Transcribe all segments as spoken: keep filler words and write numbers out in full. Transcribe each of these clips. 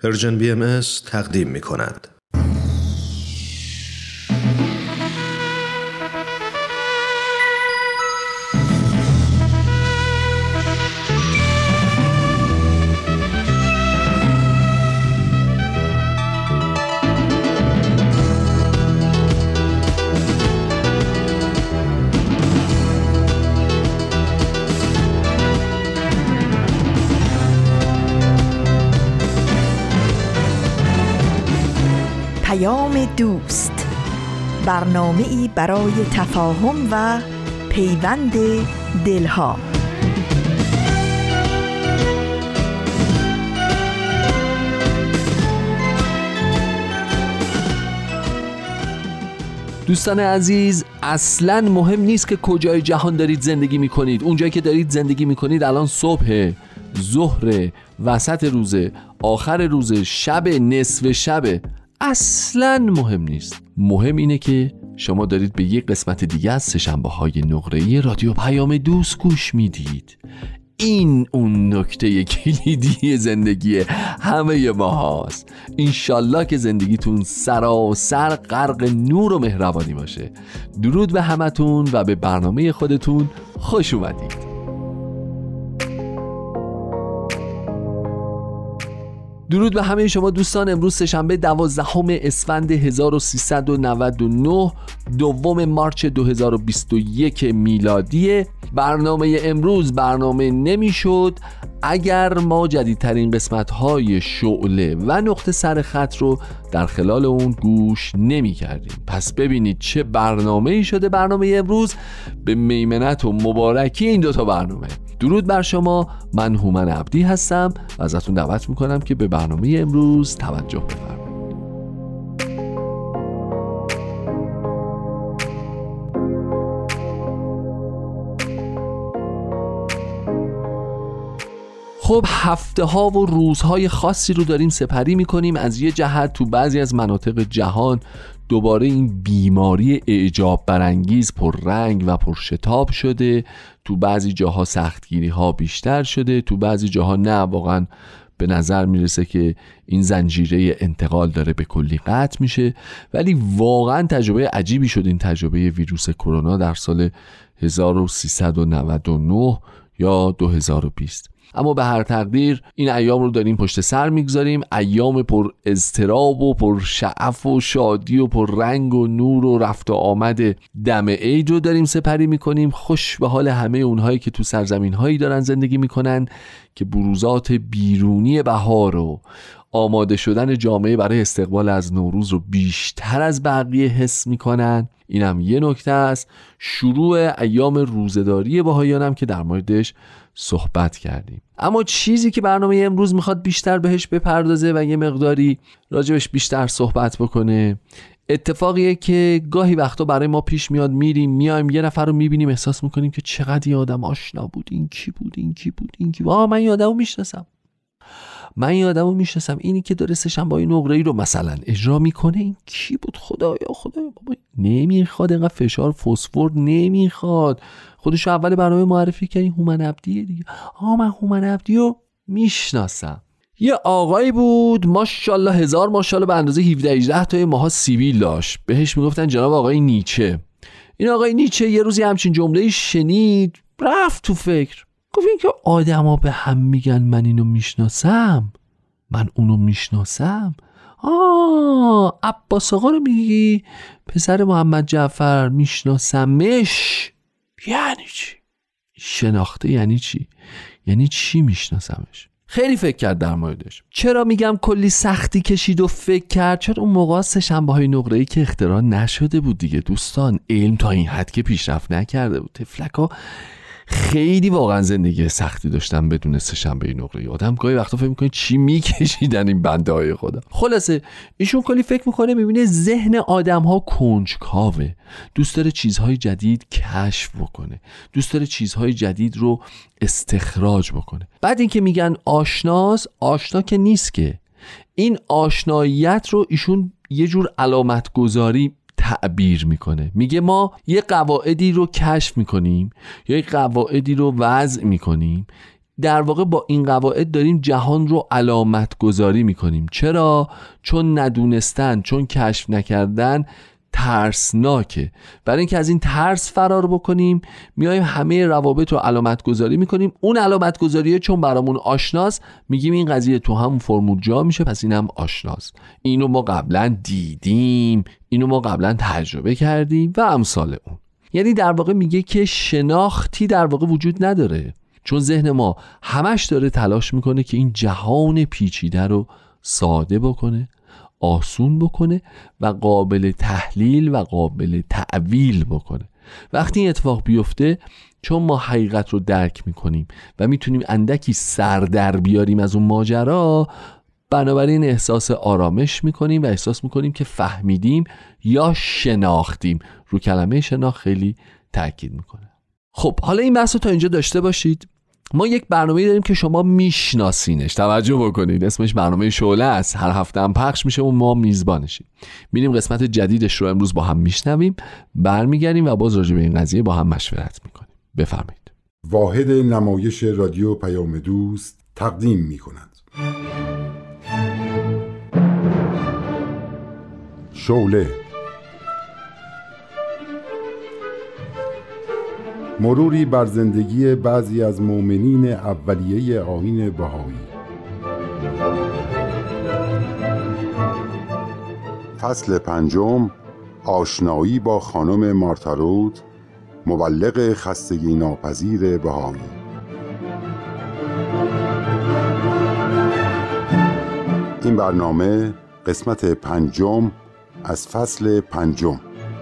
پرژن بی ام اس تقدیم می کند. دوست، برنامه‌ای برای تفاهم و پیوند دلها. دوستان عزیز، اصلاً مهم نیست که کجای جهان دارید زندگی میکنید. اونجایی که دارید زندگی میکنید الان صبح، ظهر، وسط روزه، آخر روزه، شب، نصف شبه، اصلاً مهم نیست. مهم اینه که شما دارید به یک قسمت دیگه از سه‌شنبه‌های نقره‌ای رادیو پیام دوست گوش میدید. این اون نکته کلیدی زندگی همه ما هاست. انشالله که زندگیتون سراسر غرق نور و مهربانی باشه. درود به همتون و به برنامه خودتون خوش اومدید. درود به همه شما دوستان. امروز سه‌شنبه دوازدهم اسفند هزار و سیصد و نود و نه، دوم مارچ دو هزار و بیست و یک میلادیه. برنامه امروز برنامه نمیشد اگر ما جدیدترین قسمت‌های شعله و نقطه سر خط رو در خلال اون گوش نمی کردیم. پس ببینید چه برنامه‌ای شده برنامه امروز، به میمنت و مبارکی این دوتا برنامه. درود بر شما، من هومن عبدی هستم و ازتون دعوت میکنم که به برنامه امروز توجه بفرمایید. خب هفته ها و روزهای خاصی رو داریم سپری میکنیم. از یه جهت تو بعضی از مناطق جهان دوباره این بیماری اعجاب برانگیز پررنگ و پرشتاب شده، تو بعضی جاها سختگیری ها بیشتر شده، تو بعضی جاها نه، واقعا به نظر میرسه که این زنجیره انتقال داره به کلی قطع میشه. ولی واقعا تجربه عجیبی شد این تجربه ویروس کرونا در سال هزار و سیصد و نود و نه یا دو هزار و بیست. اما به هر تقدیر این ایام رو داریم پشت سر میگذاریم. ایام پر اضطراب و پر شعف و شادی و پر رنگ و نور و رفت و آمد دم عید رو داریم سپری میکنیم. خوش به حال همه اونهایی که تو سرزمین هایی دارن زندگی میکنن که بروزات بیرونی بهار و آماده شدن جامعه برای استقبال از نوروز رو بیشتر از بقیه حس میکنن. اینم یه نکته است. شروع ایام روزه‌داری بهائیان هم که در موردش صحبت کردیم. اما چیزی که برنامه امروز میخواد بیشتر بهش بپردازه و یه مقداری راجبش بیشتر صحبت بکنه، اتفاقیه که گاهی وقتا برای ما پیش میاد. میریم میایم یه نفر رو میبینیم، احساس میکنیم که چقدر این آدم آشنا بود، این کی بود، این کی بود، این کی بود. آه من این آدمو میشناسم، من این آدمو میشناسم، اینی که داره سه‌شنبه‌های نقره‌ای رو مثلا اجرا میکنه، این کی بود؟ خدایا خدایا بابا نمیخواد اینقدر فشار فسفر نمیخواد. خودشو اول برنامه معرفی کردی، هومن عبدیه دیگه. آه من هومن عبدیو میشناسم. یه آقایی بود ماشاءالله هزار ماشاءالله به اندازه هفده هجده تا ماها سیبیل داشت، بهش میگفتن جناب آقای نیچه. این آقای نیچه یه روزی همچین جمله‌ای شنید، رفت تو فکر، گفت این که آدما به هم میگن من اینو میشناسم، من اونو میشناسم. آه عباس آقا رو میگی، پسر محمد جعفر، میشناسمش. یعنی چی؟ شناخته یعنی چی؟ یعنی چی میشناسمش؟ خیلی فکر کرد در موردش. چرا میگم کلی سختی کشید و فکر کرد؟ چون اون موقع سه‌شنبه‌های نقره‌ای که اختراع نشده بود دیگه دوستان. علم تا این حد که پیشرفت نکرده بود. تفلکا خیلی واقعا زندگی سختی داشتن بدون سه‌شنبه نقره‌ای. آدم گاهی وقتا فکر می‌کنه چی میکشیدن این بنده های خدا. خلاصه ایشون کلی فکر می‌کنه، می‌بینه ذهن آدم‌ها کنجکاوه، دوست داره چیزهای جدید کشف بکنه، دوست داره چیزهای جدید رو استخراج بکنه. بعد اینکه میگن آشناس، آشنا که نیست که. این آشناییت رو ایشون یه جور علامت گذاری تعبیر میکنه. میگه ما یه قواعدی رو کشف میکنیم یا یه قواعدی رو وضع میکنیم، در واقع با این قواعد داریم جهان رو علامت گذاری میکنیم. چرا؟ چون ندونستن، چون کشف نکردن ترسناکه. برای اینکه از این ترس فرار بکنیم میایم همه روابط رو علامت گذاری میکنیم. اون علامت گذاریه چون برامون آشناست میگیم این قضیه تو همون فرمول جا میشه، پس این هم آشناست، اینو ما قبلا دیدیم، اینو ما قبلا تجربه کردیم و امثال اون. یعنی در واقع میگه که شناختی در واقع وجود نداره، چون ذهن ما همش داره تلاش میکنه که این جهان پیچیده رو ساده بکنه، آسون بکنه و قابل تحلیل و قابل تعویل بکنه. وقتی این اتفاق بیفته، چون ما حقیقت رو درک میکنیم و میتونیم اندکی سر در بیاریم از اون ماجرا، بنابراین احساس آرامش میکنیم و احساس میکنیم که فهمیدیم یا شناختیم. رو کلمه شناخت خیلی تاکید میکنه. خب حالا این بحث رو تا اینجا داشته باشید. ما یک برنامه داریم که شما میشناسینش، توجه بکنید، اسمش برنامه شعله است. هر هفته هم پخش میشه و ما میزبانشیم. میریم قسمت جدیدش رو امروز با هم میشنویم، برمیگردیم و باز راجع به این قضیه با هم مشورت میکنیم. بفرمایید. واحد نمایش رادیو پیام دوست تقدیم میکند شعله، مروری بر زندگی بعضی از مؤمنین اولیه آیین بهایی. فصل پنجم، آشنایی با خانم مارتا رود، مبلغ خستگی ناپذیر بهایی. این برنامه قسمت پنجم از فصل پنجم.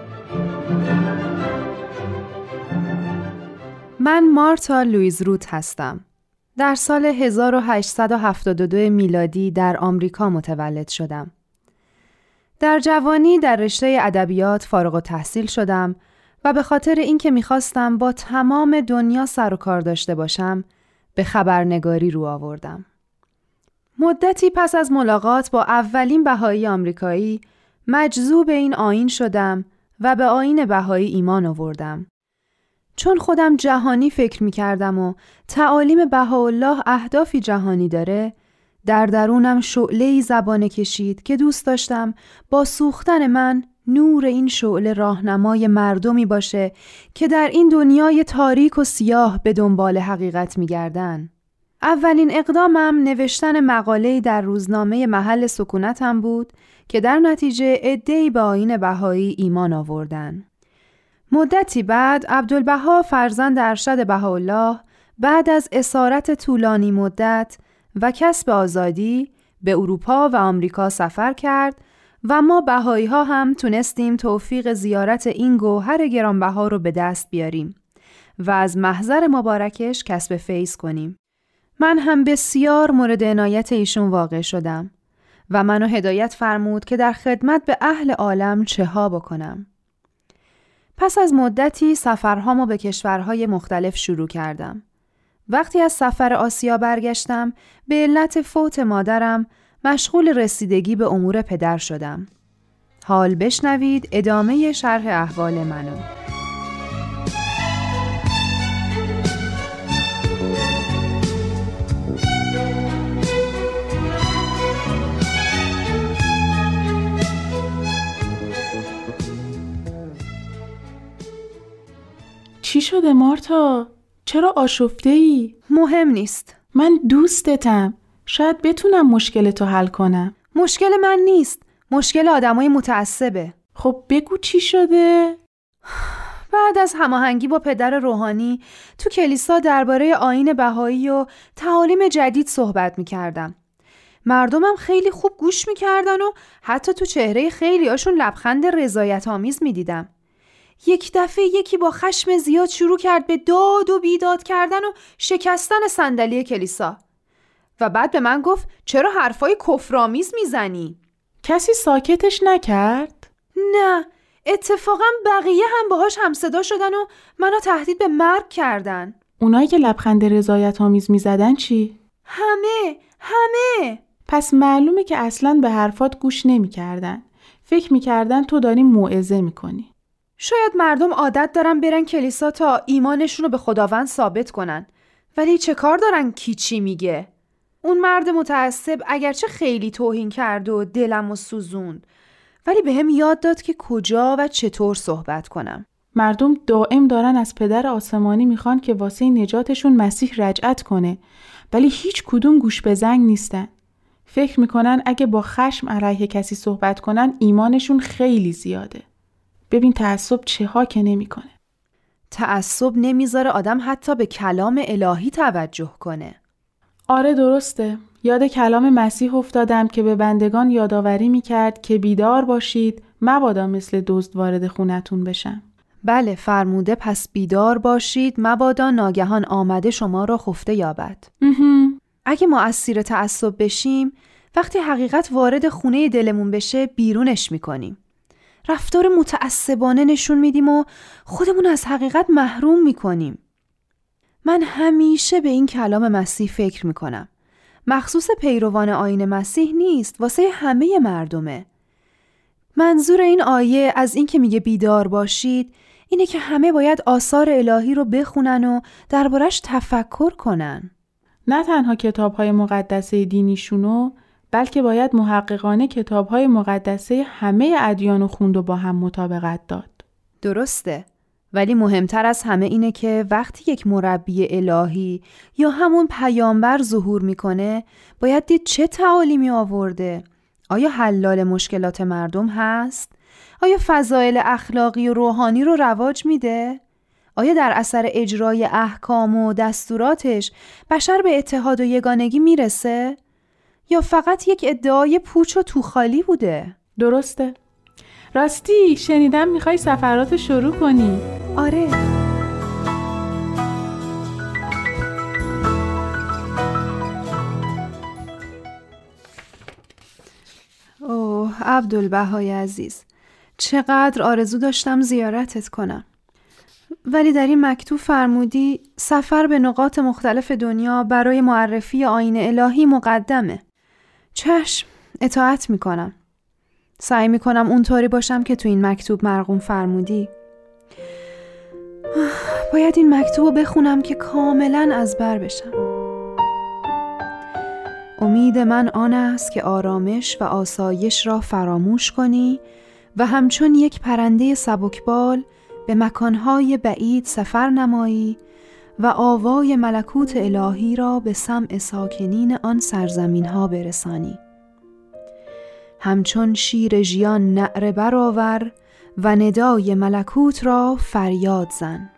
من مارتا لویز رود هستم. در سال هزار و هشتصد و هفتاد و دو میلادی در آمریکا متولد شدم. در جوانی در رشته ادبیات فارغ التحصیل شدم و به خاطر اینکه می‌خواستم با تمام دنیا سر و کار داشته باشم، به خبرنگاری رو آوردم. مدتی پس از ملاقات با اولین بهایی آمریکایی، مجذوب این آیین شدم و به آیین بهایی ایمان آوردم. چون خودم جهانی فکر می کردم و تعالیم بهاءالله اهدافی جهانی داره، در درونم شعله‌ای زبانه کشید که دوست داشتم با سوختن من نور این شعله راهنمای مردمی باشه که در این دنیای تاریک و سیاه به دنبال حقیقت می گردن. اولین اقدامم نوشتن مقاله‌ای در روزنامه محل سکونتم بود که در نتیجه عده‌ای به آیین بهایی ایمان آوردن. مدتی بعد عبدالبها فرزند ارشد بهاءالله بعد از اسارت طولانی مدت و کسب آزادی به اروپا و آمریکا سفر کرد و ما بهایی ها هم تونستیم توفیق زیارت این گوهر گرانبها رو به دست بیاریم و از محضر مبارکش کسب فیض کنیم. من هم بسیار مورد عنایت ایشون واقع شدم و منو هدایت فرمود که در خدمت به اهل عالم چه ها بکنم. پس از مدتی سفرهامو به کشورهای مختلف شروع کردم. وقتی از سفر آسیا برگشتم، به علت فوت مادرم مشغول رسیدگی به امور پدر شدم. حال بشنوید ادامه شرح احوال منو. چی شده مارتا؟ چرا آشفته ای؟ مهم نیست. من دوستتم. شاید بتونم مشکلتو حل کنم. مشکل من نیست. مشکل آدمای متعصبه. خب بگو چی شده؟ بعد از هماهنگی با پدر روحانی تو کلیسا درباره آیین بهایی و تعالیم جدید صحبت می‌کردم. مردمم خیلی خوب گوش می‌کردن و حتی تو چهره خیلیاشون لبخند رضایت‌آمیز می‌دیدم. یک دفعه یکی با خشم زیاد شروع کرد به داد و بیداد کردن و شکستن صندلی کلیسا و بعد به من گفت چرا حرفای کفرآمیز میزنی؟ کسی ساکتش نکرد؟ نه، اتفاقا بقیه هم باهاش همصدا شدن و منو تهدید به مرگ کردن. اونایی که لبخند رضایت آمیز میزدن چی؟ همه، همه. پس معلومه که اصلاً به حرفات گوش نمیکردن. فکر میکردن تو داری موعظه میکنی. شاید مردم عادت دارن برن کلیسا تا ایمانشون رو به خداوند ثابت کنن. ولی چه کار دارن کی چی میگه؟ اون مرد متعصب اگرچه خیلی توهین کرد و دلمو سوزوند، ولی بهم یاد داد که کجا و چطور صحبت کنم. مردم دائم دارن از پدر آسمانی میخوان که واسه نجاتشون مسیح رجعت کنه، ولی هیچ کدوم گوش به زنگ نیستن. فکر میکنن اگه با خشم علیه کسی صحبت کنن ایمانشون خیلی زیاده. ببین تعصب چه ها که نمیکنه. تعصب نمیذاره آدم حتی به کلام الهی توجه کنه. آره درسته. یاد کلام مسیح افتادم که به بندگان یادآوری میکرد که بیدار باشید، مبادا مثل دزد وارد خونتون بشن. بله فرموده، پس بیدار باشید مبادا ناگهان آمده شما را خفته یابد. اگه ما اسیر تعصب بشیم، وقتی حقیقت وارد خونه دلمون بشه بیرونش میکنیم. رفتار متعصبانه نشون میدیم و خودمون از حقیقت محروم میکنیم. من همیشه به این کلام مسیح فکر میکنم. مخصوص پیروان آیین مسیح نیست، واسه همه مردمه. منظور این آیه از این که میگه بیدار باشید اینه که همه باید آثار الهی رو بخونن و دربارش تفکر کنن. نه تنها کتاب‌های مقدسه دینیشونو، بلکه باید محققانه کتاب‌های مقدسه همه ادیان رو خوند و با هم مطابقت داد. درسته، ولی مهمتر از همه اینه که وقتی یک مربی الهی یا همون پیامبر ظهور میکنه باید دید چه تعالیمی آورده. آیا حلال مشکلات مردم هست؟ آیا فضایل اخلاقی و روحانی رو رواج میده؟ آیا در اثر اجرای احکام و دستوراتش بشر به اتحاد و یگانگی میرسه؟ یا فقط یک ادعای پوچ و توخالی بوده؟ درسته. راستی شنیدم میخوای سفرات شروع کنی. آره. اوه عبدالبهای عزیز، چقدر آرزو داشتم زیارتت کنم، ولی در این مکتوب فرمودی سفر به نقاط مختلف دنیا برای معرفی آیین الهی مقدمه. چشم، اطاعت میکنم. سعی میکنم اونطوری باشم که تو این مکتوب مرقوم فرمودی. باید این مکتوب رو بخونم که کاملا از بر بشم. امید من آن است که آرامش و آسایش را فراموش کنی و همچون یک پرنده سبکبال به مکانهای بعید سفر نمایی و آوای ملکوت الهی را به سمع ساکنین آن سرزمین ها برسانی. همچون شیر ژیان نعره برآور و ندای ملکوت را فریاد زن.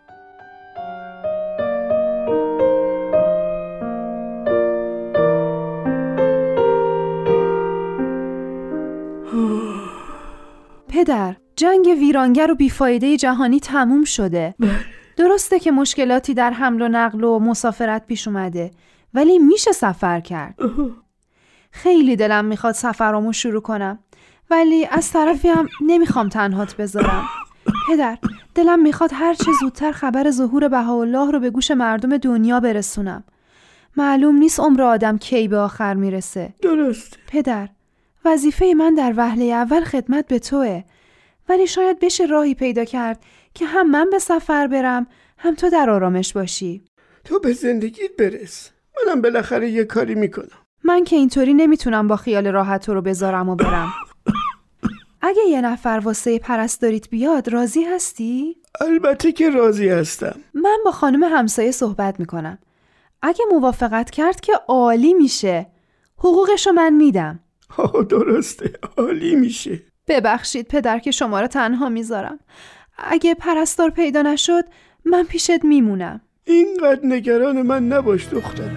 پدر، جنگ ویرانگر و بیفایده جهانی تموم شده. درسته که مشکلاتی در حمل و نقل و مسافرت پیش اومده، ولی میشه سفر کرد. خیلی دلم میخواد سفرامو شروع کنم، ولی از طرفی هم نمیخوام تنهات بذارم. پدر، دلم میخواد هر چه زودتر خبر ظهور بهاءالله رو به گوش مردم دنیا برسونم. معلوم نیست عمر آدم کی به آخر میرسه. درست. پدر، وظیفه من در وهله اول خدمت به توئه، ولی شاید بشه راهی پیدا کرد که هم من به سفر برم هم تو در آرامش باشی. تو به زندگیت برس، منم بالاخره یه کاری میکنم. من که اینطوری نمیتونم با خیال راحت تو رو بذارم و برم. اگه یه نفر واسه پرستاریت بیاد راضی هستی؟ البته که راضی هستم. من با خانم همسایه صحبت میکنم. اگه موافقت کرد که عالی میشه. حقوقشو من میدم. آه درسته، عالی میشه. ببخشید پدر که شما رو تنها میذارم. اگه پرستار پیدا نشد من پیشت میمونم. اینقدر نگران من نباش دخترم.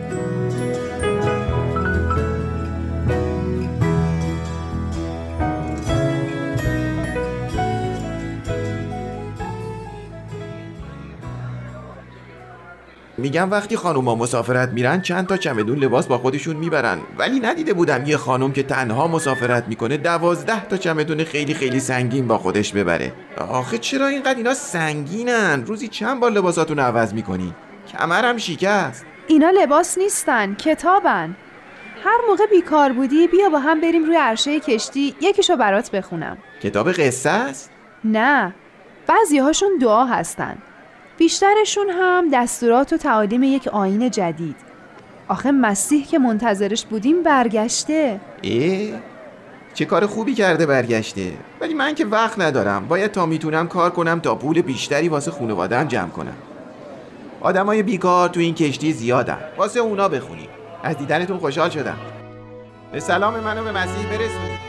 میگم وقتی خانوما مسافرت میرن چند تا چمدون لباس با خودشون میبرن، ولی ندیده بودم یه خانوم که تنها مسافرت میکنه دوازده تا چمدون خیلی خیلی سنگین با خودش ببره. آخه چرا اینقدر اینا سنگینن؟ روزی چند بار لباساتون عوض میکنی؟ کمرم شکست. اینا لباس نیستن، کتابن. هر موقع بیکار بودی بیا با هم بریم روی عرشه کشتی یکیشو برات بخونم. کتاب قصه است؟ نه، بعضی هاشون دعا هستن. بیشترشون هم دستورات و تعالیم یک آیین جدید. آخه مسیح که منتظرش بودیم برگشته. اه؟ چه کار خوبی کرده برگشته. ولی من که وقت ندارم، باید تا میتونم کار کنم تا پول بیشتری واسه خانواده‌ام جمع کنم. آدمای بیکار تو این کشتی زیادن، واسه اونا بخونیم. از دیدنتون خوشحال شدم. به سلام منو به مسیح برسونید.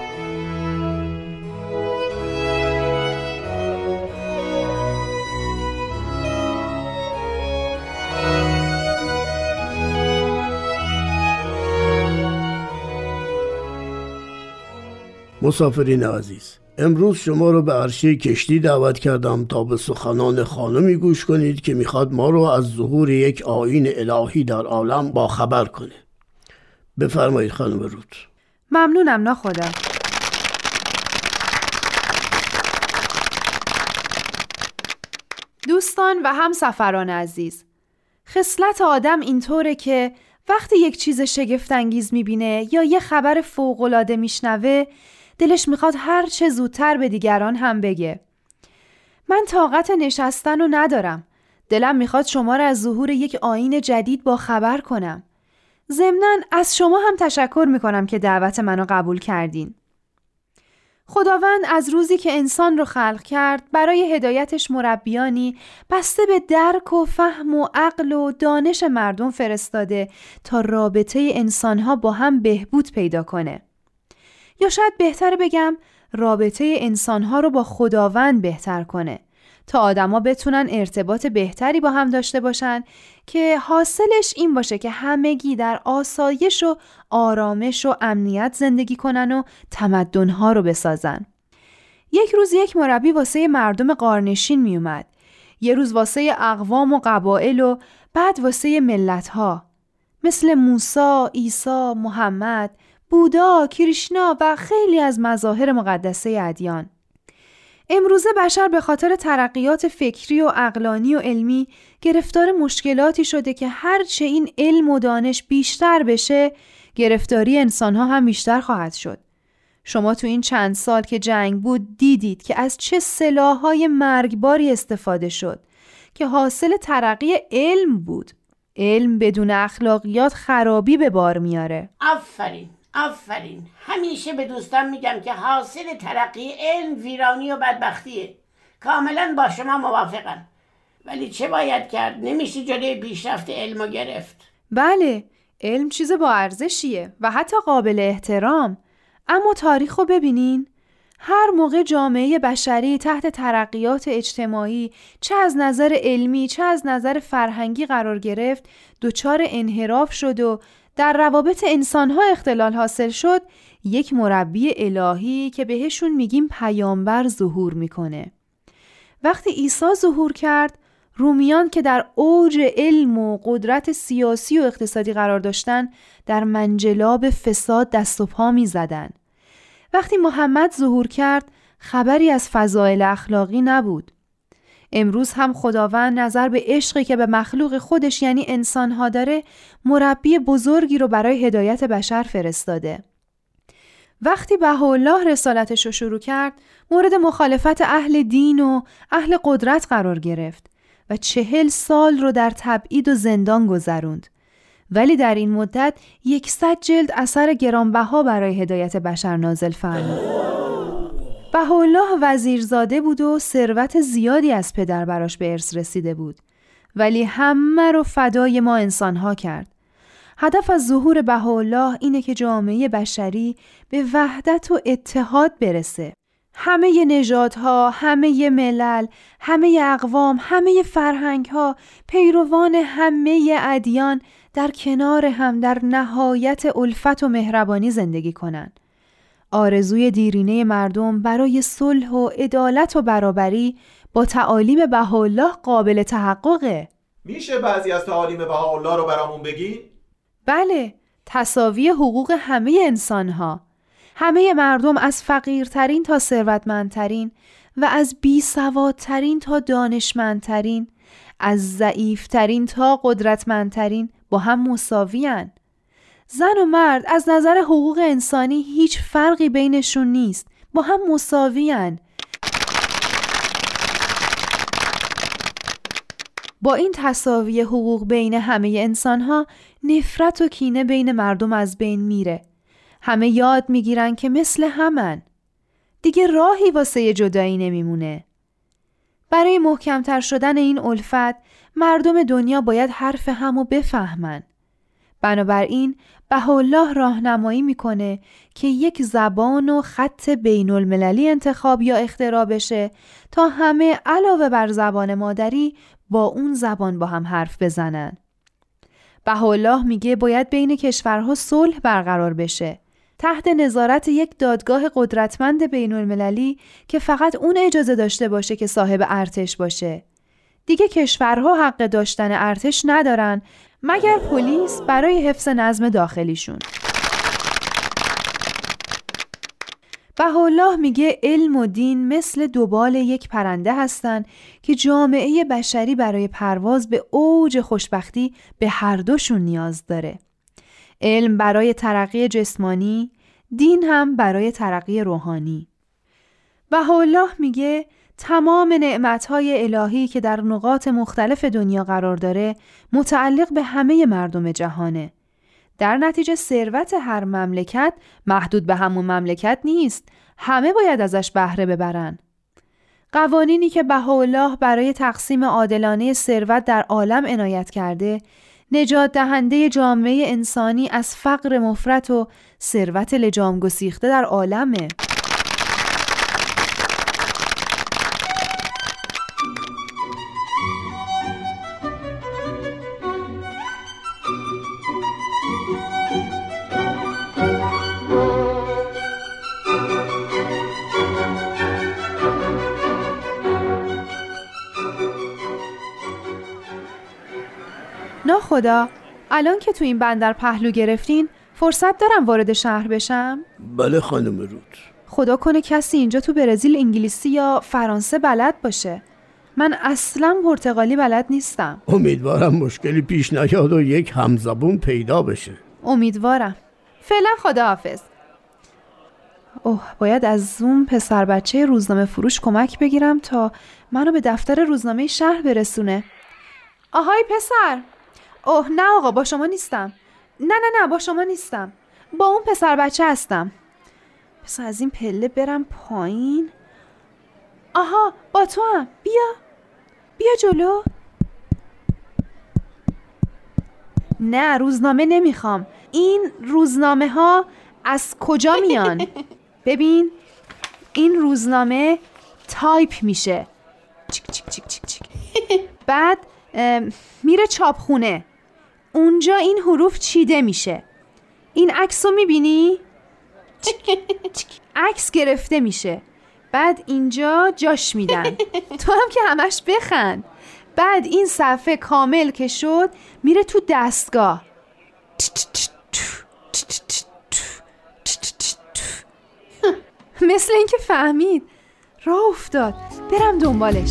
مسافرین عزیز، امروز شما رو به عرشه کشتی دعوت کردم تا به سخنان خانمی گوش کنید که میخواد ما رو از ظهور یک آیین الهی در عالم با خبر کنه. بفرمایید خانم رود. ممنونم ناخدا. دوستان و همسفران عزیز، خصلت آدم اینطوره که وقتی یک چیز شگفت انگیز میبینه یا یه خبر فوق‌العاده میشنوه، دلش میخواد هر چه زودتر به دیگران هم بگه. من طاقت نشستن رو ندارم. دلم میخواد شما را از ظهور یک آیین جدید با خبر کنم. ضمناً از شما هم تشکر میکنم که دعوت منو قبول کردین. خداوند از روزی که انسان رو خلق کرد برای هدایتش مربیانی بسته به درک و فهم و عقل و دانش مردم فرستاده تا رابطه انسانها با هم بهبود پیدا کنه. یا شاید بهتر بگم رابطه انسانها رو با خداوند بهتر کنه تا آدما بتونن ارتباط بهتری با هم داشته باشن که حاصلش این باشه که همگی در آسایش و آرامش و امنیت زندگی کنن و تمدن‌ها رو بسازن. یک روز یک مربی واسه مردم غارنشین می اومد. یه روز واسه اقوام و قبایل و بعد واسه ملت‌ها مثل موسی، عیسی، محمد، بودا، کریشنا و خیلی از مظاهر مقدسه ادیان. امروزه بشر به خاطر ترقیات فکری و عقلانی و علمی گرفتار مشکلاتی شده که هرچه این علم و دانش بیشتر بشه، گرفتاری انسانها هم بیشتر خواهد شد. شما تو این چند سال که جنگ بود دیدید که از چه سلاح‌های مرگباری استفاده شد که حاصل ترقی علم بود. علم بدون اخلاقیات خرابی به بار میاره. آفرین. آفرین. همیشه به دوستان میگم که حاصل ترقی علم ویرانی و بدبختیه. کاملا با شما موافقم. ولی چه باید کرد؟ نمیشه جلوی پیشرفت علمو گرفت. بله، علم چیز با ارزشیه و حتی قابل احترام. اما تاریخو ببینین، هر موقع جامعه بشری تحت ترقیات اجتماعی چه از نظر علمی چه از نظر فرهنگی قرار گرفت، دچار انحراف شد و در روابط انسانها اختلال حاصل شد، یک مربی الهی که بهشون میگیم پیامبر ظهور میکنه. وقتی عیسی ظهور کرد، رومیان که در اوج علم و قدرت سیاسی و اقتصادی قرار داشتن، در منجلاب فساد دست و پا میزدن. وقتی محمد ظهور کرد، خبری از فضایل اخلاقی نبود. امروز هم خداوند نظر به عشقی که به مخلوق خودش یعنی انسانها داره، مربی بزرگی رو برای هدایت بشر فرستاده. وقتی بهاءالله رسالتش رو شروع کرد، مورد مخالفت اهل دین و اهل قدرت قرار گرفت و چهل سال رو در تبعید و زندان گذروند. ولی در این مدت یکصد جلد اثر گرانبها برای هدایت بشر نازل فرمود. بهاءالله وزیرزاده بود و ثروت زیادی از پدر براش به ارث رسیده بود، ولی همه رو فدای ما انسانها کرد. هدف از ظهور بهاءالله اینه که جامعه بشری به وحدت و اتحاد برسه. همه نژادها، همه ملل، همه اقوام، همه فرهنگها، پیروان همه ادیان در کنار هم در نهایت الفت و مهربانی زندگی کنن. آرزوی دیرینه مردم برای صلح و عدالت و برابری با تعالیم بهاءالله قابل تحققه. میشه بعضی از تعالیم بهاءالله رو برامون بگین؟ بله، تساوی حقوق همه انسانها. همه مردم از فقیرترین تا ثروتمندترین و از بیسوادترین تا دانشمندترین، از ضعیفترین تا قدرتمندترین با هم مساوی‌اند. زن و مرد از نظر حقوق انسانی هیچ فرقی بینشون نیست، با هم مساوی‌اند. با این تساوی حقوق بین همه انسانها نفرت و کینه بین مردم از بین میره. همه یاد میگیرن که مثل همن. دیگه راهی واسه جدایی نمیمونه. برای محکمتر شدن این الفت مردم دنیا باید حرف همو بفهمن. بنابراین بهاءالله راهنمایی میکنه که یک زبان و خط بین المللی انتخاب یا اختراع بشه تا همه علاوه بر زبان مادری با اون زبان با هم حرف بزنن. بهاءالله میگه باید بین کشورها صلح برقرار بشه تحت نظارت یک دادگاه قدرتمند بین المللی که فقط اون اجازه داشته باشه که صاحب ارتش باشه. دیگه کشورها حق داشتن ارتش ندارن مگر پلیس برای حفظ نظم داخلیشون. بهاءالله میگه علم و دین مثل دوبال یک پرنده هستن که جامعه بشری برای پرواز به اوج خوشبختی به هر دوشون نیاز داره. علم برای ترقی جسمانی، دین هم برای ترقی روحانی. بهاءالله میگه تمام نعمتهای الهی که در نقاط مختلف دنیا قرار داره متعلق به همه مردم جهانه. در نتیجه ثروت هر مملکت محدود به همون مملکت نیست، همه باید ازش بهره ببرن. قوانینی که بهاءالله برای تقسیم عادلانه ثروت در عالم عنایت کرده نجات دهنده جامعه انسانی از فقر مفرط و ثروت لجام گسیخته در عالمه. ناخدا الان که تو این بندر پهلو گرفتین فرصت دارم وارد شهر بشم؟ بله خانم رود. خدا کنه کسی اینجا تو برزیل انگلیسی یا فرانسه بلد باشه. من اصلا پرتغالی بلد نیستم. امیدوارم مشکلی پیش نیاد و یک همزبون پیدا بشه. امیدوارم. فعلا خداحافظ. اوه باید از اون پسر بچه روزنامه فروش کمک بگیرم تا منو به دفتر روزنامه شهر برسونه. آهای پسر. اوه نه آقا با شما نیستم. نه نه نه با شما نیستم. با اون پسر بچه هستم. پس از این پله برم پایین. آها با تو هم. بیا بیا جلو. نه روزنامه نمیخوام. این روزنامه ها از کجا میان؟ ببین این روزنامه تایپ میشه چیک چیک چیک چیک چیک. بعد میره چاپخونه، اونجا این حروف چیده میشه. این عکس رو میبینی؟ عکس گرفته میشه، بعد اینجا جاش میدن. تو هم که همش بخند. بعد این صفحه کامل که شد میره تو دستگاه. مثل این که فهمید. راه افتاد. برم دنبالش.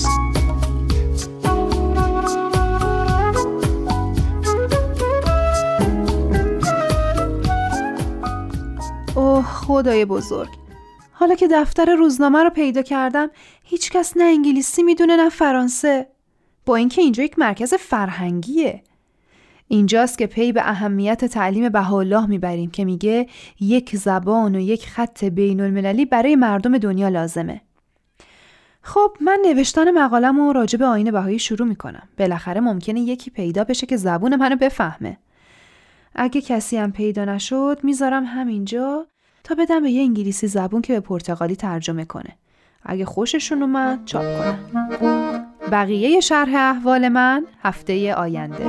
اوه خدای بزرگ. حالا که دفتر روزنامه رو پیدا کردم هیچ کس نه انگلیسی میدونه نه فرانسه. با اینکه اینجا یک مرکز فرهنگیه. اینجاست که پی به اهمیت تعلیم بهاءالله میبریم که میگه یک زبان و یک خط بین المللی برای مردم دنیا لازمه. خب من نوشتن مقالم رو راجع به آیین بهایی شروع میکنم. بالاخره ممکنه یکی پیدا بشه که زبون منو بفهمه. اگه کسی هم پیدا نشد میذارم همینجا تا بدم به یه انگلیسی زبون که به پرتغالی ترجمه کنه. اگه خوششون اومد چاپ کنم. بقیه شرح احوال من هفته آینده.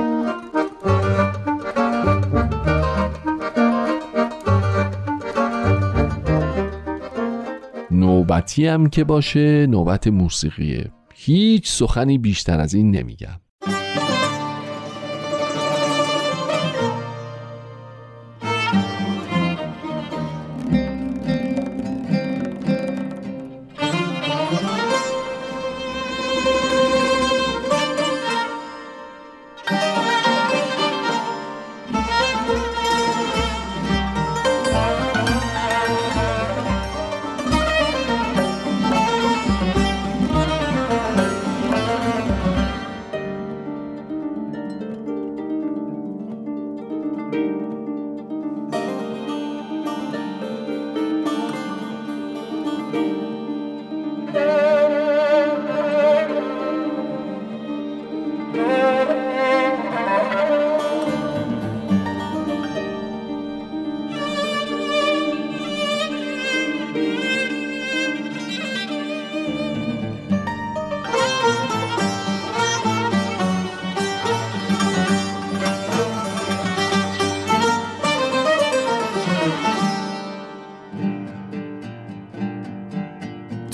نوبتی هم که باشه نوبت موسیقیه. هیچ سخنی بیشتر از این نمیگم.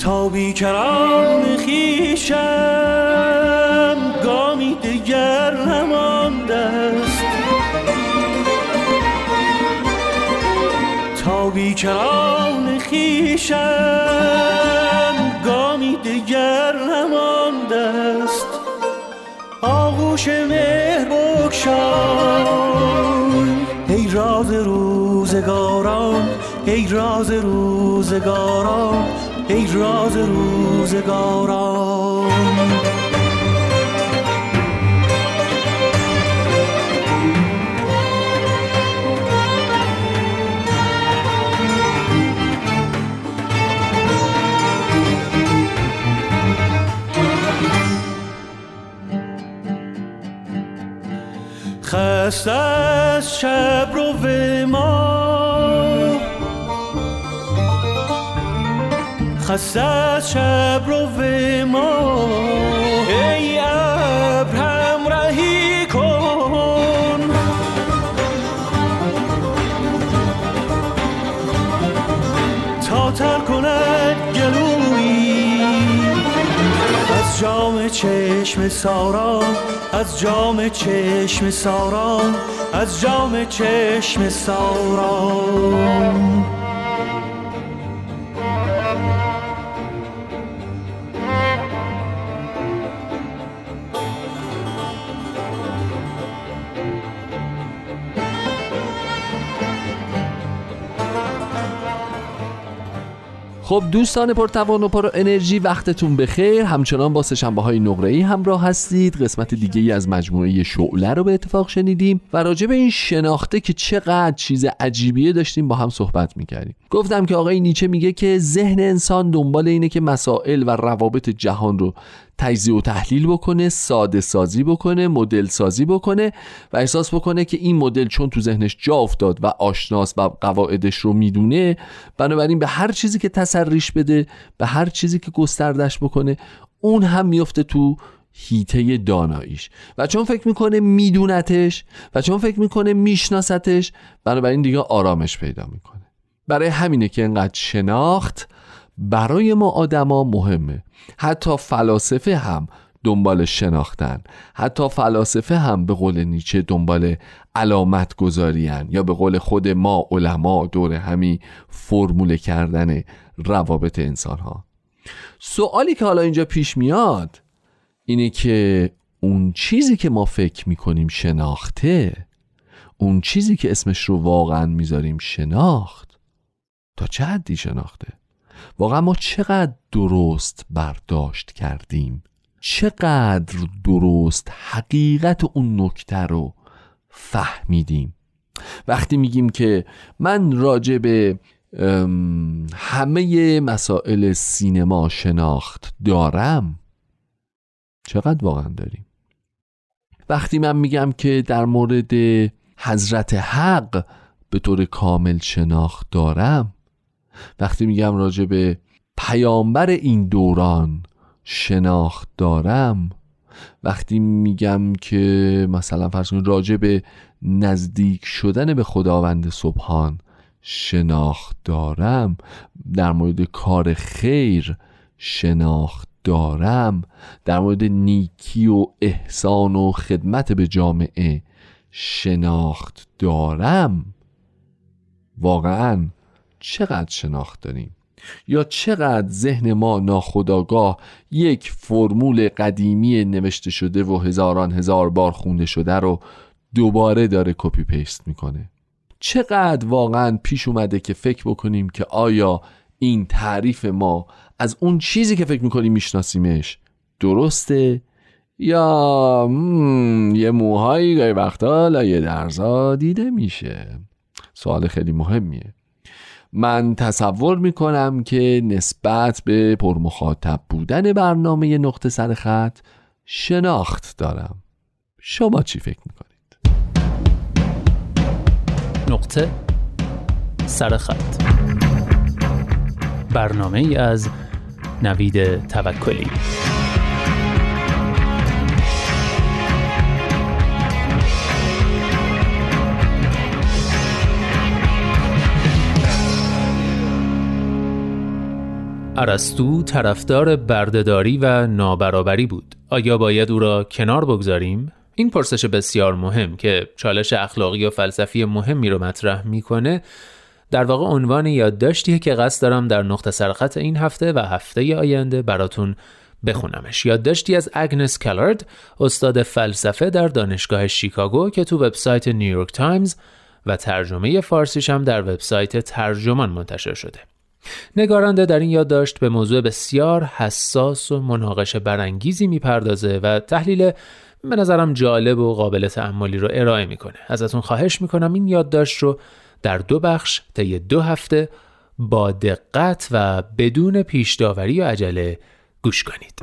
تا بیکران خویشم گامی دیگر نمانده است، تا بیکران خویشم گامی دیگر نمانده است. آغوش مهر بگشای ای راز روزگاران، ای راز روزگاران، ای راز روزگاران. خسته از شب رو به ما، خسته از شب رو به ما، ای ابر همراهی کن. تا تر کند گلویی از جام چشم ساران، از جام چشم ساران، از جام چشم ساران. خب دوستان پرتوان و پر انرژی، وقتتون بخیر. همچنان با سه‌شنبه‌های نقره‌ای همراه هستید. قسمت دیگه ای از مجموعه شعله رو به اتفاق شنیدیم و راجع به این شناخته که چقدر چیز عجیبیه داشتیم با هم صحبت می‌کردیم. گفتم که آقای نیچه میگه که ذهن انسان دنبال اینه که مسائل و روابط جهان رو تجزیه و تحلیل بکنه، ساده سازی بکنه، مدل سازی بکنه و احساس بکنه که این مدل چون تو ذهنش جا افتاد و آشناس و قواعدش رو میدونه، بنابراین به هر چیزی که تسریش بده، به هر چیزی که گستردش بکنه، اون هم میفته تو حیطه داناییش و چون فکر میکنه میدونتش و چون فکر میکنه میشناستش، بنابراین دیگه آرامش پیدا میکنه. برای همینه که انقدر شناخت برای ما آدما مهمه. حتی فلاسفه هم دنبال شناختن، حتی فلاسفه هم به قول نیچه دنبال علامت گذارین، یا به قول خود ما علما دور همی فرموله کردن روابط انسان ها. سوالی که حالا اینجا پیش میاد اینه که اون چیزی که ما فکر میکنیم شناخته، اون چیزی که اسمش رو واقعا میذاریم شناخت، تا چه حدی شناخته؟ واقعا ما چقدر درست برداشت کردیم؟ چقدر درست حقیقت اون نکته رو فهمیدیم؟ وقتی میگیم که من راجع به همه مسائل سینما شناخت دارم، چقدر واقعا داریم؟ وقتی من میگم که در مورد حضرت حق به طور کامل شناخت دارم، وقتی میگم راجع به پیامبر این دوران شناخت دارم، وقتی میگم که مثلا فرض کنید راجع به نزدیک شدن به خداوند سبحان شناخت دارم، در مورد کار خیر شناخت دارم، در مورد نیکی و احسان و خدمت به جامعه شناخت دارم، واقعاً چقدر شناخت داریم؟ یا چقدر ذهن ما ناخودآگاه یک فرمول قدیمی نوشته شده و هزاران هزار بار خونده شده رو دوباره داره کپی پیست میکنه؟ چقدر واقعا پیش اومده که فکر بکنیم که آیا این تعریف ما از اون چیزی که فکر میکنیم میشناسیمش درسته، یا یه موهایی گاهی وقتا لایه درزا دیده میشه؟ سوال خیلی مهمیه. من تصور میکنم که نسبت به پرمخاطب بودن برنامه نقطه سر خط شناخت دارم. شما چی فکر میکنید؟ نقطه سر خط، برنامه ای از نوید توکلی. ارسطو طرفدار بردهداری و نابرابری بود. آیا باید او را کنار بگذاریم؟ این پرسش بسیار مهم که چالش اخلاقی و فلسفی مهمی رو مطرح میکنه در واقع عنوان یادداشتیه که قصد دارم در نقطه سرخط این هفته و هفته آینده براتون بخونمش. یادداشتی از اگنس کلارد، استاد فلسفه در دانشگاه شیکاگو که تو وبسایت نیویورک تایمز و ترجمه فارسیش هم در وبسایت ترجمان منتشر شده. نگارنده در این یادداشت به موضوع بسیار حساس و مناقشه برانگیزی میپردازه و تحلیل به نظرم جالب و قابل تأملی رو ارائه میکنه. ازتون خواهش میکنم این یادداشت رو در دو بخش طی دو هفته با دقت و بدون پیش داوری و عجله گوش کنید.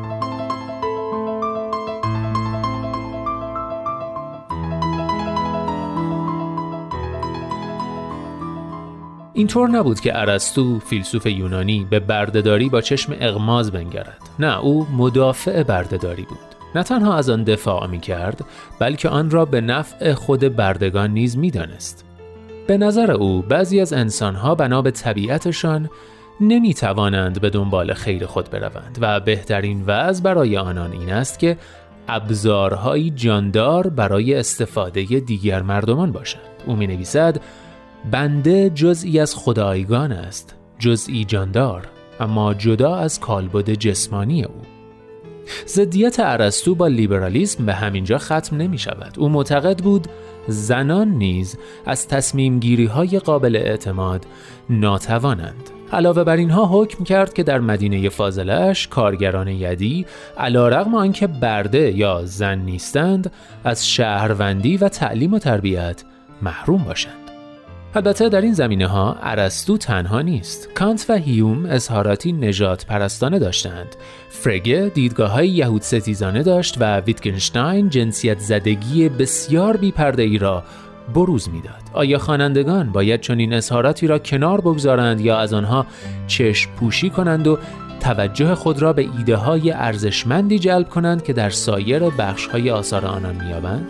اینطور نبود که ارسطو فیلسوف یونانی به بردهداری با چشم اغماض بنگرد. نه، او مدافع بردهداری بود. نه تنها از آن دفاع می کرد، بلکه آن را به نفع خود بردگان نیز می دانست. به نظر او بعضی از انسانها بنا به طبیعتشان نمی توانند به دنبال خیر خود بروند و بهترین وضع برای آنان این است که ابزارهایی جاندار برای استفاده دیگر مردمان باشند. او می نویسد بنده جزئی از خدایگان است، جزئی جاندار، اما جدا از کالبد جسمانی او. ضدیت ارسطو با لیبرالیسم به همینجا ختم نمی شود. او معتقد بود زنان نیز از تصمیم گیری های قابل اعتماد ناتوانند. علاوه بر اینها حکم کرد که در مدینه فاضله‌اش کارگران یدی علیرغم آنکه برده یا زن نیستند از شهروندی و تعلیم و تربیت محروم باشند. البته در این زمینه ها ارسطو تنها نیست. کانت و هیوم اظهاراتی نژاد پرستانه داشتند. فرگه دیدگاه‌های یهود ستیزانه داشت و ویتگنشتاین جنسیت زدگی بسیار بی‌پرده‌ای را بروز میداد. آیا خوانندگان باید چنین اظهاراتی را کنار بگذارند یا از آنها چشم پوشی کنند و توجه خود را به ایده‌های ارزشمندی جلب کنند که در سایر بخش‌های آثار آنان می‌یابند؟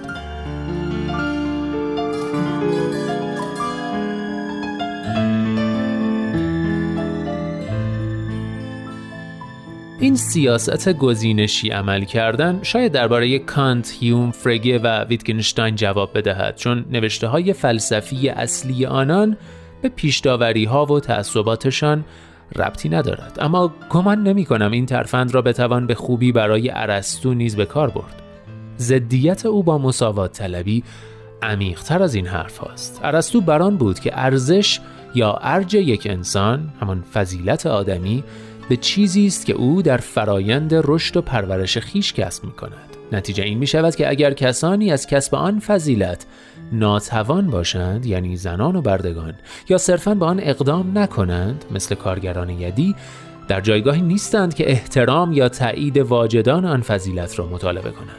این سیاست گزینشی عمل کردن شاید درباره کانت، هیوم، فرگه و ویتگنشتاین جواب بدهد، چون نوشته‌های فلسفی اصلی آنان به پیش‌داوری‌ها و تعصباتشان ربطی ندارد. اما گمان نمی‌کنم این ترفند را بتوان به خوبی برای ارسطو نیز به کار برد. ضدیت او با مساوات طلبی عمیق‌تر از این حرف هاست. ارسطو بران بود که ارزش یا ارج یک انسان، همان فضیلت آدمی، به چیزی است که او در فرایند رشد و پرورش خیش کسب می‌کند. نتیجه این می‌شود که اگر کسانی از کسب آن فضیلت ناتوان باشند، یعنی زنان و بردگان، یا صرفاً به آن اقدام نکنند، مثل کارگران یدی، در جایگاهی نیستند که احترام یا تایید واجدان آن فضیلت را مطالبه کنند.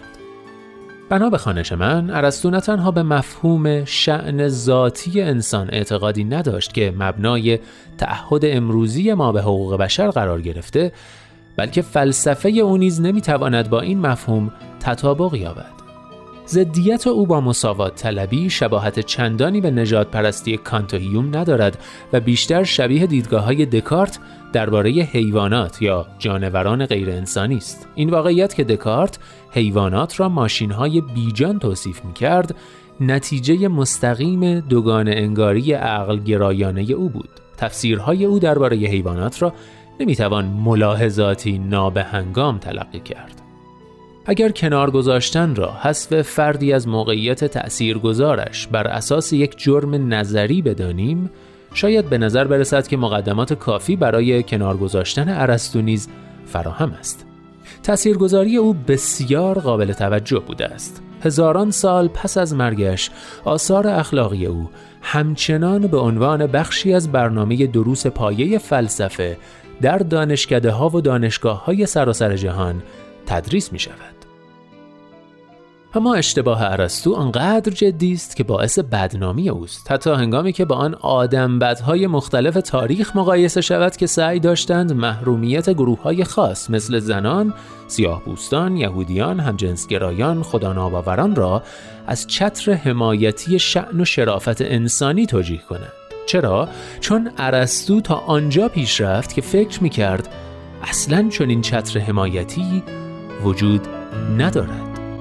بنا به خوانش من، ارسطو نه تنها به مفهوم شأن ذاتی انسان اعتقادی نداشت که مبنای تعهد امروزی ما به حقوق بشر قرار گرفته، بلکه فلسفه او نیز نمیتواند با این مفهوم تطابق یابد. ضدیت او با مساوات طلبی شباهت چندانی به نژاد پرستی کانت و هیوم ندارد و بیشتر شبیه دیدگاه‌های دکارت درباره حیوانات یا جانوران غیر انسانی است. این واقعیت که دکارت حیوانات را ماشین‌های بیجان توصیف می‌کرد، نتیجه مستقیم دوگانه انگاری عقل گرایانه او بود. تفسیرهای او درباره حیوانات را نمی‌توان ملاحظاتی نابهنگام تلقی کرد. اگر کنار گذاشتن را حذف فردی از موقعیت تأثیرگذارش بر اساس یک جرم نظری بدانیم، شاید به نظر برسد که مقدمات کافی برای کنار گذاشتن ارسطو نیز فراهم است. تأثیرگذاری او بسیار قابل توجه بوده است. هزاران سال پس از مرگش، آثار اخلاقی او همچنان به عنوان بخشی از برنامه دروس پایه فلسفه در دانشکده‌ها و دانشگاه‌های سراسر جهان تدریس می شود. اما اشتباه ارسطو آنقدر جدی است که باعث بدنامی اوست، حتی هنگامی که با آن آدمبدهای مختلف تاریخ مقایسه شود که سعی داشتند محرومیت گروه‌های خاص مثل زنان، سیاه‌پوستان، یهودیان، همجنسگرایان، خداناباوران را از چتر حمایتی شأن و شرافت انسانی توجیه کنند. چرا؟ چون ارسطو تا آنجا پیش رفت که فکر میکرد اصلاً چون این چتر حمایتی وجود ندارد.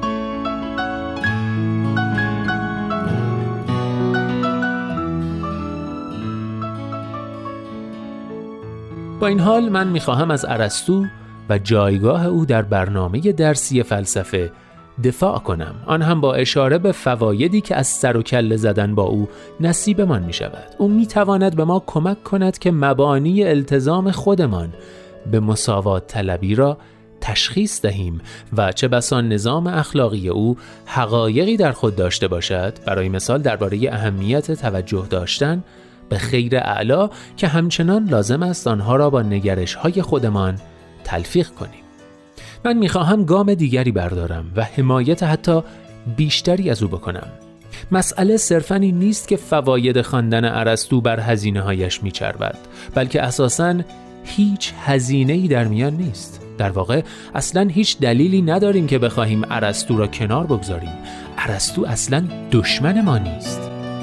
با این حال من میخواهم از ارسطو و جایگاه او در برنامه درسی فلسفه دفاع کنم، آن هم با اشاره به فوایدی که از سر و کله زدن با او نصیبمان می شود. او می تواند به ما کمک کند که مبانی التزام خودمان به مساوات طلبی را تشخیص دهیم و چه بسا نظام اخلاقی او حقایقی در خود داشته باشد، برای مثال درباره اهمیت توجه داشتن به خیر اعلا که همچنان لازم است آنها را با نگرش‌های خودمان تلفیق کنیم. من میخواهم گام دیگری بردارم و حمایت حتی بیشتری از او بکنم. مسئله صرفاً این نیست که فواید خواندن ارسطو بر هزینه‌هایش میچربد، بلکه اساساً هیچ هزینه‌ای در میان نیست. در واقع اصلاً هیچ دلیلی نداریم که بخواهیم ارسطو را کنار بگذاریم. ارسطو اصلاً دشمن ما نیست.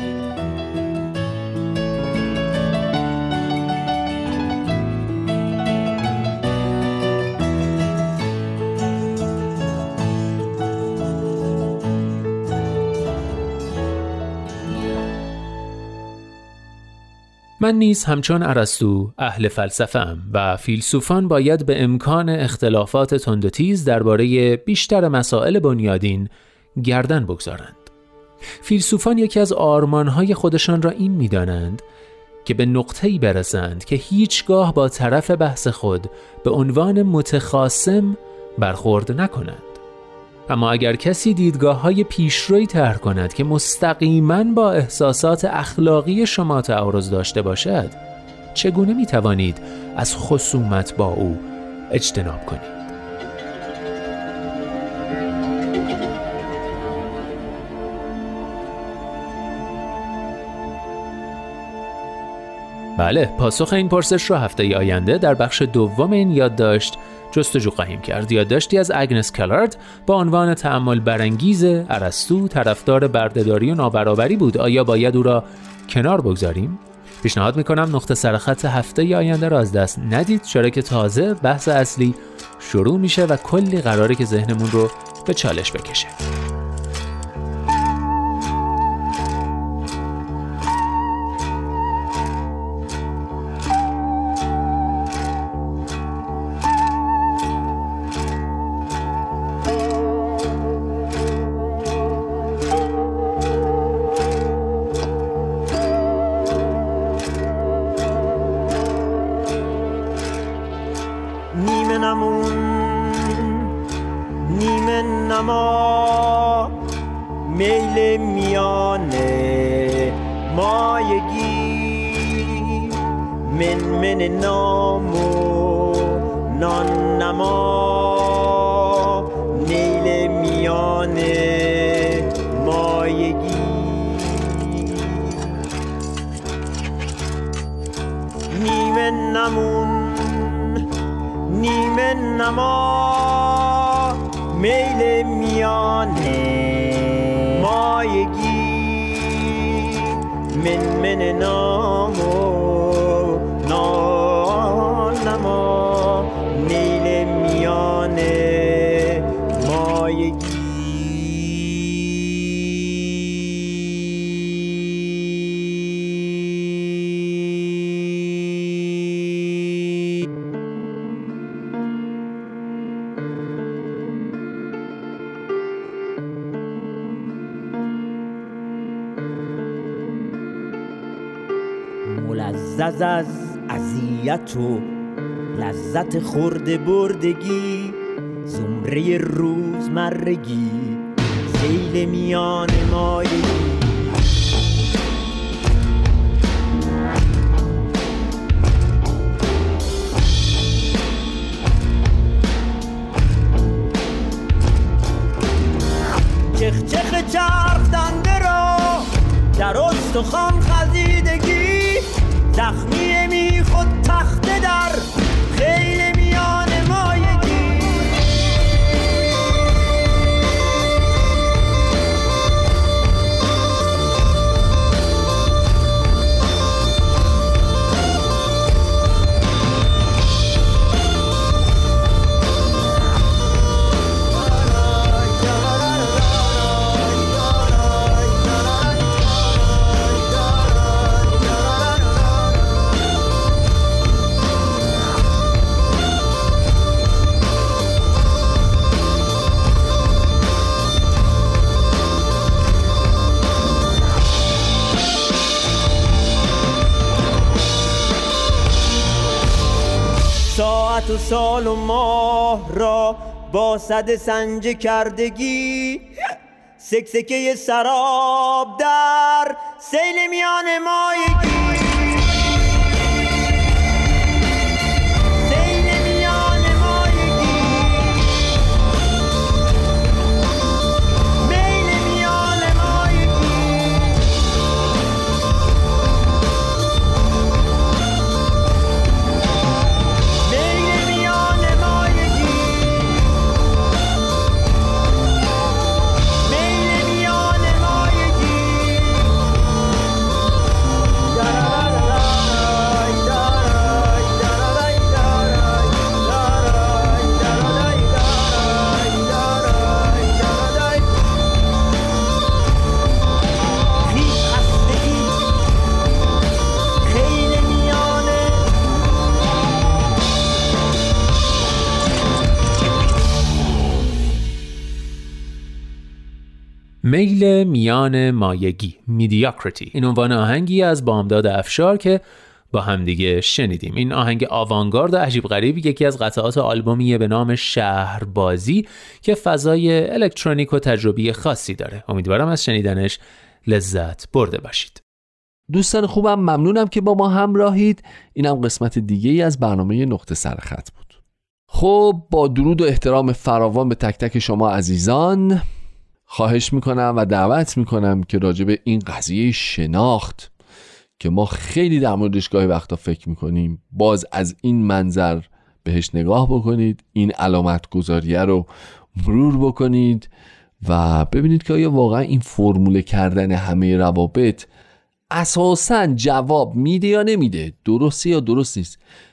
من نیز همچون ارسطو اهل فلسفه‌ام و فیلسوفان باید به امکان اختلافات تند و تیز درباره بیشتر مسائل بنیادین گردن بگذارند. فیلسوفان یکی از آرمان‌های خودشان را این می‌دانند که به نقطه‌ای برسند که هیچگاه با طرف بحث خود به عنوان متخاصم برخورد نکنند. اما اگر کسی دیدگاه‌های پیشروی طرح کند که مستقیماً با احساسات اخلاقی شما تعارض داشته باشد، چگونه می‌توانید از خصومت با او اجتناب کنید؟ بله، پاسخ این پرسش را هفته آینده در بخش دوم این یادداشت جستجو خواهیم کرد. یادداشتی از اگنس کلارد با عنوان تأمل برانگیز ارسطو طرفدار بردهداری و نابرابری بود. آیا باید او را کنار بگذاریم؟ پیشنهاد میکنم نقطه سرخط هفته آینده را از دست ندید، چرا که تازه بحث اصلی شروع میشه و کلی قراره که ذهنمون رو به چالش بکشه. میل میانه مایگی من من نام و نان نما نیل میانه مایگی نیمه نمون نیمه نما میل میانه مایگی من من نام و نان نما نیل میانه مایگی. ملذذ از اذیت و لذت خورده بردگی، زمره روزمرگی سیل میان مایگی. چخ چخ چرخ دنده را در استخوان خزیدگی، زخمی می خود تخته در خیل میان مایگی. ساعت و سال و ماه را با صد سنج کردگی، سکسکه سراب در سیل میان مایگی. میل میان مایگی، میدیاکریتی، این عنوان آهنگی از بامداد افشار که با همدیگه شنیدیم. این آهنگ آوانگارد و عجیب غریب یکی از قطعات آلبومیه به نام شهربازی که فضای الکترونیک و تجربی خاصی داره. امیدوارم از شنیدنش لذت برده باشید. دوستان خوبم، ممنونم که با ما همراهید. اینم قسمت دیگه ای از برنامه نقطه سرخط بود. خب با درود و احترام فراوان به تک تک شما عزیزان، خواهش میکنم و دعوت میکنم که راجع به این قضیه شناخت که ما خیلی در موردش گاهی وقتا فکر میکنیم، باز از این منظر بهش نگاه بکنید، این علامت گذاریه رو مرور بکنید و ببینید که آیا واقعا این فرموله کردن همه روابط اساساً جواب میده یا نمیده، درسته یا درست نیست.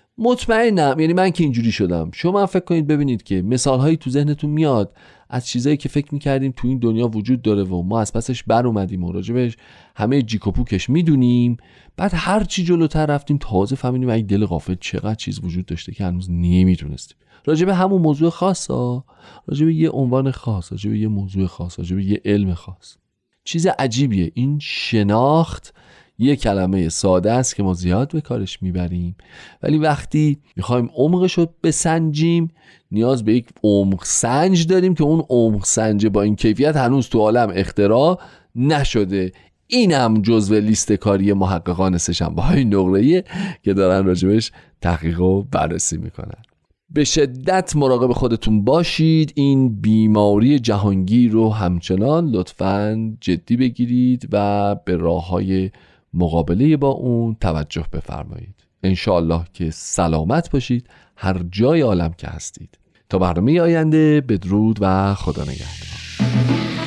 مطمئنم، یعنی من که اینجوری شدم، شما فکر کنید ببینید که مثالهایی تو ذهنتون میاد از چیزایی که فکر میکردیم تو این دنیا وجود داره و ما از پسش بر اومدیم و راجبش همه جیک و پوکش میدونیم، بعد هر چی جلوتر رفتیم تازه فهمیدیم ای دل غافل چقدر چیز وجود داشته که هنوز نمیدونستیم راجب همون موضوع خاصا، راجب یه عنوان خاص، راجب یه موضوع خاص، راجب یه علم خاص. چیز عجیبیه این شناخت. یه کلمه ساده است که ما زیاد به کارش میبریم، ولی وقتی میخوایم عمقش رو بسنجیم نیاز به یک عمق سنج داریم که اون عمق سنج با این کیفیت هنوز تو عالم اختراع نشده. اینم جزو لیست کاری محققان سه‌شنبه‌های نقره‌ای که دارن راجبش تحقیق و بررسی میکنن. به شدت مراقب خودتون باشید. این بیماری جهانگیر رو همچنان لطفاً جدی بگیرید و به راه‌های مقابله با اون توجه بفرمایید. انشاءالله که سلامت باشید هر جای عالم که هستید. تا برنامه آینده، بدرود و خدا نگهدار.